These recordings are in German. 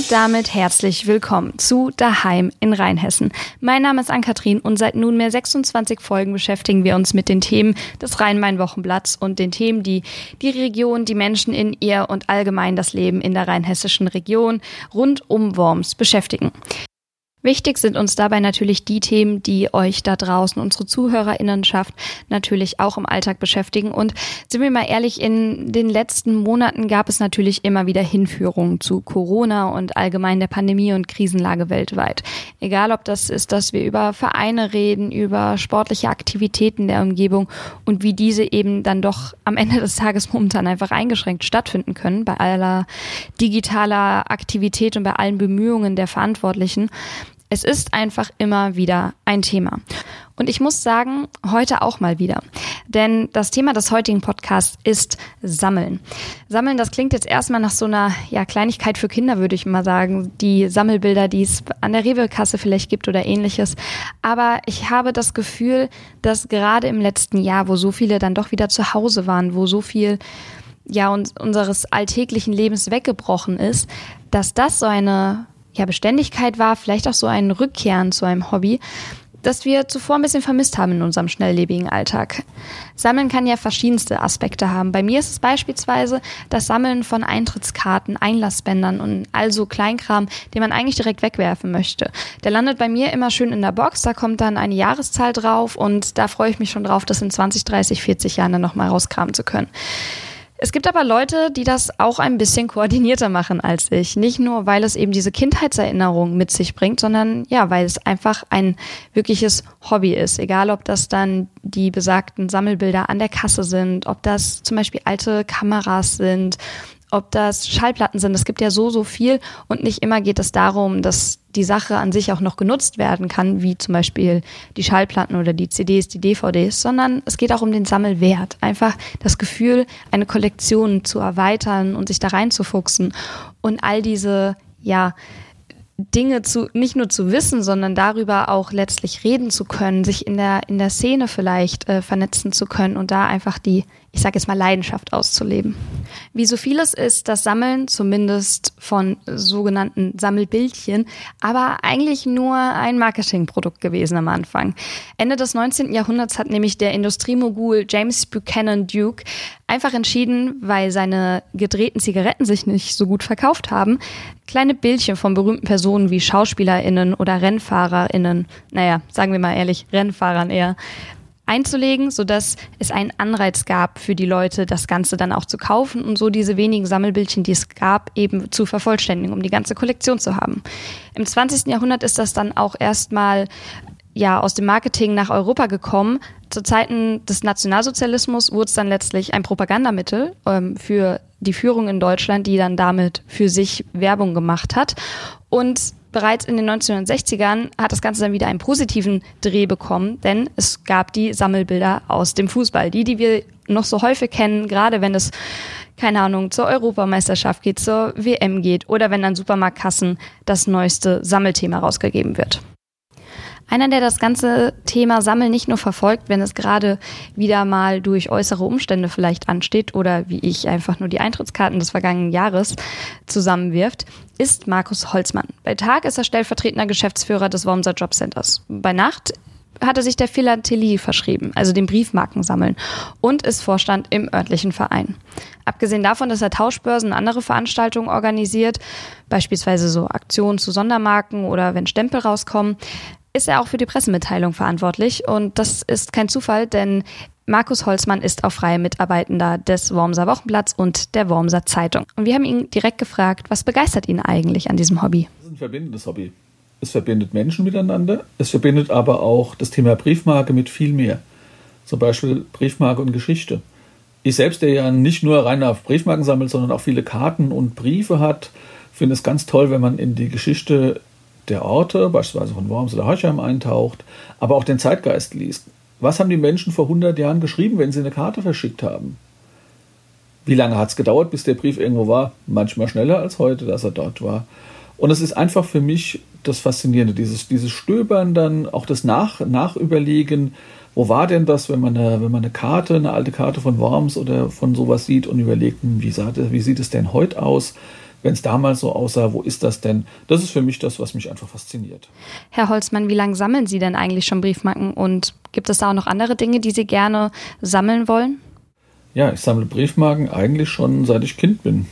Und damit herzlich willkommen zu Daheim in Rheinhessen. Mein Name ist Ann-Kathrin und seit nunmehr 26 Folgen beschäftigen wir uns mit den Themen des Rhein-Main-Wochenblatts und den Themen, die die Region, die Menschen in ihr und allgemein das Leben in der rheinhessischen Region rund um Worms beschäftigen. Wichtig sind uns dabei natürlich die Themen, die euch da draußen, unsere ZuhörerInnenschaft, natürlich auch im Alltag beschäftigen. Und sind wir mal ehrlich, in den letzten Monaten gab es natürlich immer wieder Hinführungen zu Corona und allgemein der Pandemie und Krisenlage weltweit. Egal, ob das ist, dass wir über Vereine reden, über sportliche Aktivitäten der Umgebung und wie diese eben dann doch am Ende des Tages momentan einfach eingeschränkt stattfinden können, bei aller digitaler Aktivität und bei allen Bemühungen der Verantwortlichen. Es ist einfach immer wieder ein Thema. Und ich muss sagen, heute auch mal wieder. Denn das Thema des heutigen Podcasts ist Sammeln. Sammeln, das klingt jetzt erstmal nach so einer Kleinigkeit für Kinder, würde ich mal sagen. Die Sammelbilder, die es an der Rewe-Kasse vielleicht gibt oder ähnliches. Aber ich habe das Gefühl, dass gerade im letzten Jahr, wo so viele dann doch wieder zu Hause waren, wo so viel unseres alltäglichen Lebens weggebrochen ist, dass das so eine Beständigkeit war, vielleicht auch so ein Rückkehren zu einem Hobby, das wir zuvor ein bisschen vermisst haben in unserem schnelllebigen Alltag. Sammeln kann ja verschiedenste Aspekte haben. Bei mir ist es beispielsweise das Sammeln von Eintrittskarten, Einlassbändern und all so Kleinkram, den man eigentlich direkt wegwerfen möchte. Der landet bei mir immer schön in der Box, da kommt dann eine Jahreszahl drauf und da freue ich mich schon drauf, das in 20, 30, 40 Jahren dann nochmal rauskramen zu können. Es gibt aber Leute, die das auch ein bisschen koordinierter machen als ich. Nicht nur, weil es eben diese Kindheitserinnerung mit sich bringt, sondern weil es einfach ein wirkliches Hobby ist. Egal, ob das dann die besagten Sammelbilder an der Kasse sind, ob das zum Beispiel alte Kameras sind, ob das Schallplatten sind. Es gibt ja so viel und nicht immer geht es darum, dass die Sache an sich auch noch genutzt werden kann, wie zum Beispiel die Schallplatten oder die CDs, die DVDs, sondern es geht auch um den Sammelwert. Einfach das Gefühl, eine Kollektion zu erweitern und sich da reinzufuchsen und all diese, Dinge nicht nur zu wissen, sondern darüber auch letztlich reden zu können, sich in der Szene vielleicht vernetzen zu können und da einfach die, ich sage jetzt mal, Leidenschaft auszuleben. Wie so vieles ist das Sammeln, zumindest von sogenannten Sammelbildchen, aber eigentlich nur ein Marketingprodukt gewesen am Anfang. Ende des 19. Jahrhunderts hat nämlich der Industriemogul James Buchanan Duke einfach entschieden, weil seine gedrehten Zigaretten sich nicht so gut verkauft haben, kleine Bildchen von berühmten Personen wie SchauspielerInnen oder RennfahrerInnen, sagen wir mal ehrlich, Rennfahrern eher, einzulegen, sodass es einen Anreiz gab für die Leute, das Ganze dann auch zu kaufen und so diese wenigen Sammelbildchen, die es gab, eben zu vervollständigen, um die ganze Kollektion zu haben. Im 20. Jahrhundert ist das dann auch erstmal aus dem Marketing nach Europa gekommen. Zu Zeiten des Nationalsozialismus wurde es dann letztlich ein Propagandamittel für die Führung in Deutschland, die dann damit für sich Werbung gemacht hat. Und bereits in den 1960ern hat das Ganze dann wieder einen positiven Dreh bekommen, denn es gab die Sammelbilder aus dem Fußball. Die wir noch so häufig kennen, gerade wenn es, keine Ahnung, zur Europameisterschaft geht, zur WM geht oder wenn an Supermarktkassen das neueste Sammelthema rausgegeben wird. Einer, der das ganze Thema Sammeln nicht nur verfolgt, wenn es gerade wieder mal durch äußere Umstände vielleicht ansteht oder wie ich einfach nur die Eintrittskarten des vergangenen Jahres zusammenwirft, ist Markus Holzmann. Bei Tag ist er stellvertretender Geschäftsführer des Wormser Jobcenters. Bei Nacht hat er sich der Philatelie verschrieben, also dem Briefmarkensammeln, und ist Vorstand im örtlichen Verein. Abgesehen davon, dass er Tauschbörsen und andere Veranstaltungen organisiert, beispielsweise so Aktionen zu Sondermarken oder wenn Stempel rauskommen, ist er auch für die Pressemitteilung verantwortlich. Und das ist kein Zufall, denn Markus Holzmann ist auch freier Mitarbeitender des Wormser Wochenblatts und der Wormser Zeitung. Und wir haben ihn direkt gefragt, was begeistert ihn eigentlich an diesem Hobby? Das ist ein verbindendes Hobby. Es verbindet Menschen miteinander. Es verbindet aber auch das Thema Briefmarke mit viel mehr. Zum Beispiel Briefmarke und Geschichte. Ich selbst, der ja nicht nur rein auf Briefmarken sammelt, sondern auch viele Karten und Briefe hat, finde es ganz toll, wenn man in die Geschichte der Orte, beispielsweise von Worms oder Horchheim, eintaucht, aber auch den Zeitgeist liest. Was haben die Menschen vor 100 Jahren geschrieben, wenn sie eine Karte verschickt haben? Wie lange hat es gedauert, bis der Brief irgendwo war? Manchmal schneller als heute, dass er dort war. Und es ist einfach für mich das Faszinierende, dieses Stöbern dann, auch das Nachüberlegen, wo war denn das, wenn man eine Karte, eine alte Karte von Worms oder von sowas sieht und überlegt, wie sieht es denn heute aus? wenn es damals so aussah, wo ist das denn? Das ist für mich das, was mich einfach fasziniert. Herr Holzmann, wie lange sammeln Sie denn eigentlich schon Briefmarken und gibt es da auch noch andere Dinge, die Sie gerne sammeln wollen? Ja, ich sammle Briefmarken eigentlich schon seit ich Kind bin.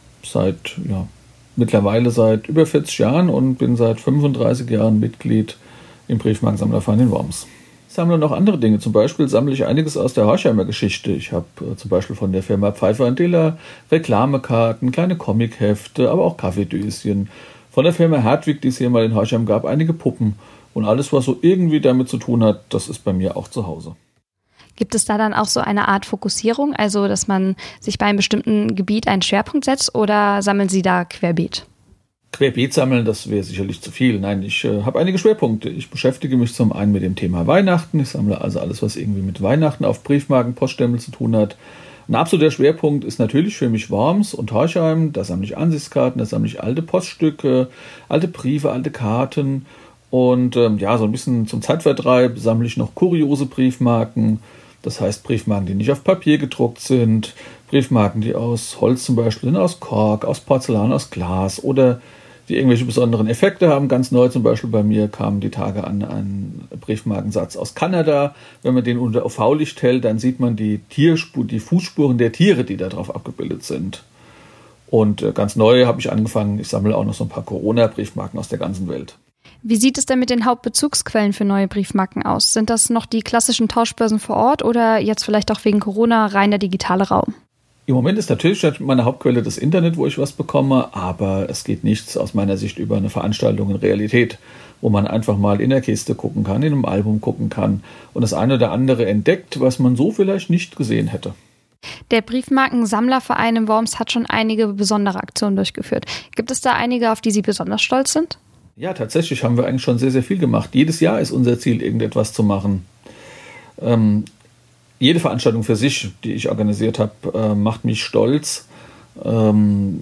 Mittlerweile seit über 40 Jahren und bin seit 35 Jahren Mitglied im Briefmarkensammlerverein in Worms. Ich sammle noch andere Dinge. Zum Beispiel sammle ich einiges aus der Horsheimer Geschichte. Ich habe zum Beispiel von der Firma Pfeiffer & Diller Reklamekarten, kleine Comichefte, aber auch Kaffeedöschen. Von der Firma Hertwig, die es hier mal in Horsham gab, einige Puppen. Und alles, was so irgendwie damit zu tun hat, das ist bei mir auch zu Hause. Gibt es da dann auch so eine Art Fokussierung, also dass man sich bei einem bestimmten Gebiet einen Schwerpunkt setzt oder sammeln Sie da querbeet? Querbeet sammeln, das wäre sicherlich zu viel. Nein, ich habe einige Schwerpunkte. Ich beschäftige mich zum einen mit dem Thema Weihnachten. Ich sammle also alles, was irgendwie mit Weihnachten auf Briefmarken, Poststempel zu tun hat. Ein absoluter Schwerpunkt ist natürlich für mich Worms und Horchheim. Da sammle ich Ansichtskarten, da sammle ich alte Poststücke, alte Briefe, alte Karten. Und so ein bisschen zum Zeitvertreib sammle ich noch kuriose Briefmarken. Das heißt Briefmarken, die nicht auf Papier gedruckt sind, Briefmarken, die aus Holz zum Beispiel sind, aus Kork, aus Porzellan, aus Glas oder die irgendwelche besonderen Effekte haben. Ganz neu zum Beispiel bei mir kam die Tage an ein Briefmarkensatz aus Kanada. Wenn man den unter UV-Licht hält, dann sieht man die Fußspuren der Tiere, die da drauf abgebildet sind. Und ganz neu habe ich angefangen, ich sammle auch noch so ein paar Corona-Briefmarken aus der ganzen Welt. Wie sieht es denn mit den Hauptbezugsquellen für neue Briefmarken aus? Sind das noch die klassischen Tauschbörsen vor Ort oder jetzt vielleicht auch wegen Corona rein der digitale Raum? Im Moment ist natürlich meine Hauptquelle das Internet, wo ich was bekomme, aber es geht nichts aus meiner Sicht über eine Veranstaltung in Realität, wo man einfach mal in der Kiste gucken kann, in einem Album gucken kann und das eine oder andere entdeckt, was man so vielleicht nicht gesehen hätte. Der Briefmarkensammlerverein in Worms hat schon einige besondere Aktionen durchgeführt. Gibt es da einige, auf die Sie besonders stolz sind? Ja, tatsächlich haben wir eigentlich schon sehr, sehr viel gemacht. Jedes Jahr ist unser Ziel, irgendetwas zu machen. Jede Veranstaltung für sich, die ich organisiert habe, macht mich stolz. Weil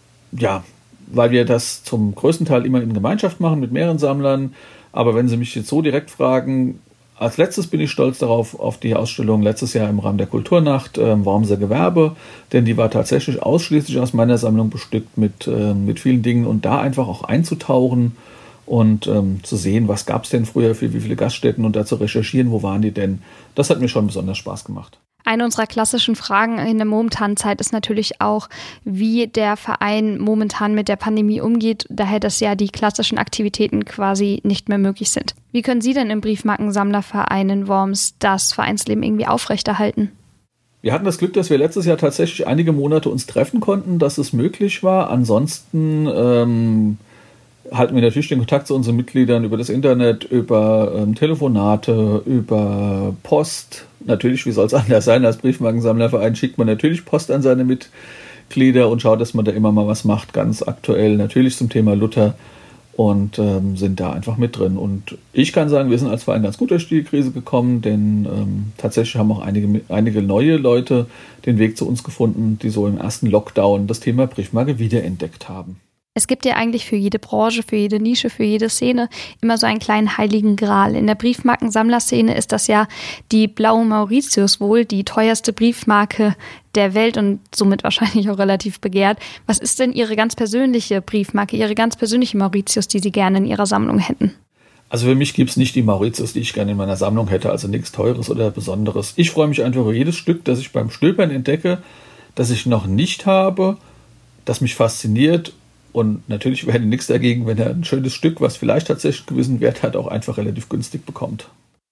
wir das zum größten Teil immer in Gemeinschaft machen mit mehreren Sammlern. Aber wenn Sie mich jetzt so direkt fragen, als letztes bin ich stolz darauf, auf die Ausstellung letztes Jahr im Rahmen der Kulturnacht Wormser Gewerbe, denn die war tatsächlich ausschließlich aus meiner Sammlung bestückt mit vielen Dingen und da einfach auch einzutauchen und zu sehen, was gab es denn früher für wie viele Gaststätten und da zu recherchieren, wo waren die denn, das hat mir schon besonders Spaß gemacht. Eine unserer klassischen Fragen in der momentanen Zeit ist natürlich auch, wie der Verein momentan mit der Pandemie umgeht, daher dass ja die klassischen Aktivitäten quasi nicht mehr möglich sind. Wie können Sie denn im Briefmarkensammlerverein in Worms das Vereinsleben irgendwie aufrechterhalten? Wir hatten das Glück, dass wir letztes Jahr tatsächlich einige Monate uns treffen konnten, dass es möglich war. Ansonsten halten wir natürlich den Kontakt zu unseren Mitgliedern über das Internet, über Telefonate, über Post. Natürlich, wie soll es anders sein, als Briefmarkensammlerverein schickt man natürlich Post an seine Mitglieder und schaut, dass man da immer mal was macht, ganz aktuell natürlich zum Thema Luther und sind da einfach mit drin. Und ich kann sagen, wir sind als Verein ganz gut durch die Krise gekommen, denn tatsächlich haben auch einige neue Leute den Weg zu uns gefunden, die so im ersten Lockdown das Thema Briefmarke wiederentdeckt haben. Es gibt ja eigentlich für jede Branche, für jede Nische, für jede Szene immer so einen kleinen heiligen Gral. In der Briefmarkensammlerszene ist das ja die Blaue Mauritius wohl, die teuerste Briefmarke der Welt und somit wahrscheinlich auch relativ begehrt. Was ist denn Ihre ganz persönliche Briefmarke, Ihre ganz persönliche Mauritius, die Sie gerne in Ihrer Sammlung hätten? Also für mich gibt es nicht die Mauritius, die ich gerne in meiner Sammlung hätte, also nichts Teures oder Besonderes. Ich freue mich einfach über jedes Stück, das ich beim Stöbern entdecke, das ich noch nicht habe, das mich fasziniert. Und natürlich wäre nichts dagegen, wenn er ein schönes Stück, was vielleicht tatsächlich einen gewissen Wert hat, auch einfach relativ günstig bekommt.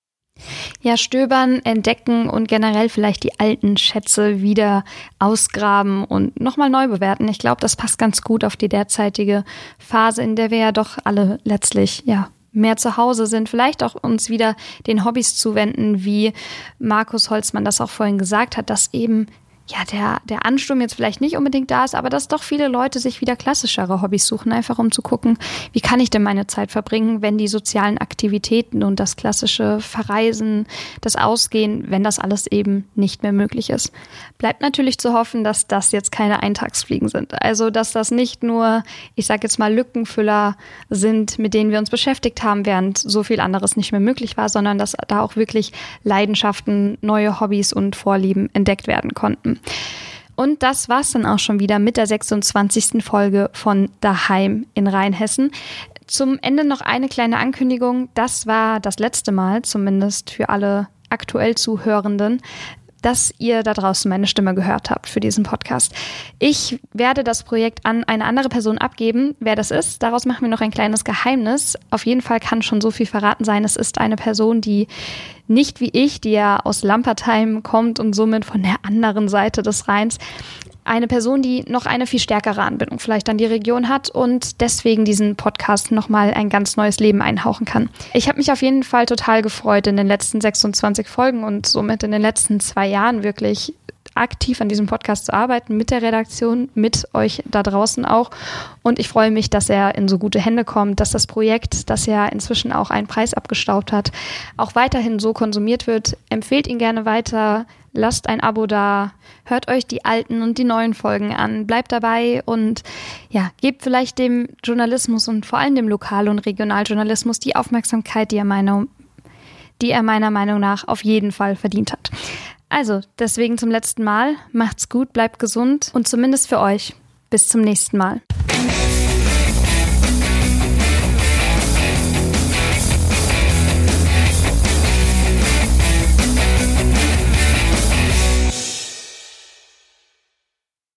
Ja, stöbern, entdecken und generell vielleicht die alten Schätze wieder ausgraben und nochmal neu bewerten. Ich glaube, das passt ganz gut auf die derzeitige Phase, in der wir ja doch alle letztlich, mehr zu Hause sind. Vielleicht auch uns wieder den Hobbys zuwenden, wie Markus Holzmann das auch vorhin gesagt hat, dass eben der Ansturm jetzt vielleicht nicht unbedingt da ist, aber dass doch viele Leute sich wieder klassischere Hobbys suchen, einfach um zu gucken, wie kann ich denn meine Zeit verbringen, wenn die sozialen Aktivitäten und das klassische Verreisen, das Ausgehen, wenn das alles eben nicht mehr möglich ist. Bleibt natürlich zu hoffen, dass das jetzt keine Eintagsfliegen sind. Also, dass das nicht nur, ich sage jetzt mal, Lückenfüller sind, mit denen wir uns beschäftigt haben, während so viel anderes nicht mehr möglich war, sondern dass da auch wirklich Leidenschaften, neue Hobbys und Vorlieben entdeckt werden konnten. Und das war's dann auch schon wieder mit der 26. Folge von Daheim in Rheinhessen. Zum Ende noch eine kleine Ankündigung. Das war das letzte Mal, zumindest für alle aktuell Zuhörenden, dass ihr da draußen meine Stimme gehört habt für diesen Podcast. Ich werde das Projekt an eine andere Person abgeben. Wer das ist, daraus machen wir noch ein kleines Geheimnis. Auf jeden Fall kann schon so viel verraten sein. Es ist eine Person, die nicht wie ich, die ja aus Lampertheim kommt und somit von der anderen Seite des Rheins, eine Person, die noch eine viel stärkere Anbindung vielleicht an die Region hat und deswegen diesen Podcast nochmal ein ganz neues Leben einhauchen kann. Ich habe mich auf jeden Fall total gefreut, in den letzten 26 Folgen und somit in den letzten 2 Jahren wirklich aktiv an diesem Podcast zu arbeiten, mit der Redaktion, mit euch da draußen auch. Und ich freue mich, dass er in so gute Hände kommt, dass das Projekt, das ja inzwischen auch einen Preis abgestaubt hat, auch weiterhin so konsumiert wird. Empfehlt ihn gerne weiter. Lasst ein Abo da, hört euch die alten und die neuen Folgen an, bleibt dabei und ja, gebt vielleicht dem Journalismus und vor allem dem Lokal- und Regionaljournalismus die Aufmerksamkeit, die er meiner Meinung nach auf jeden Fall verdient hat. Also, deswegen zum letzten Mal, macht's gut, bleibt gesund und zumindest für euch. Bis zum nächsten Mal.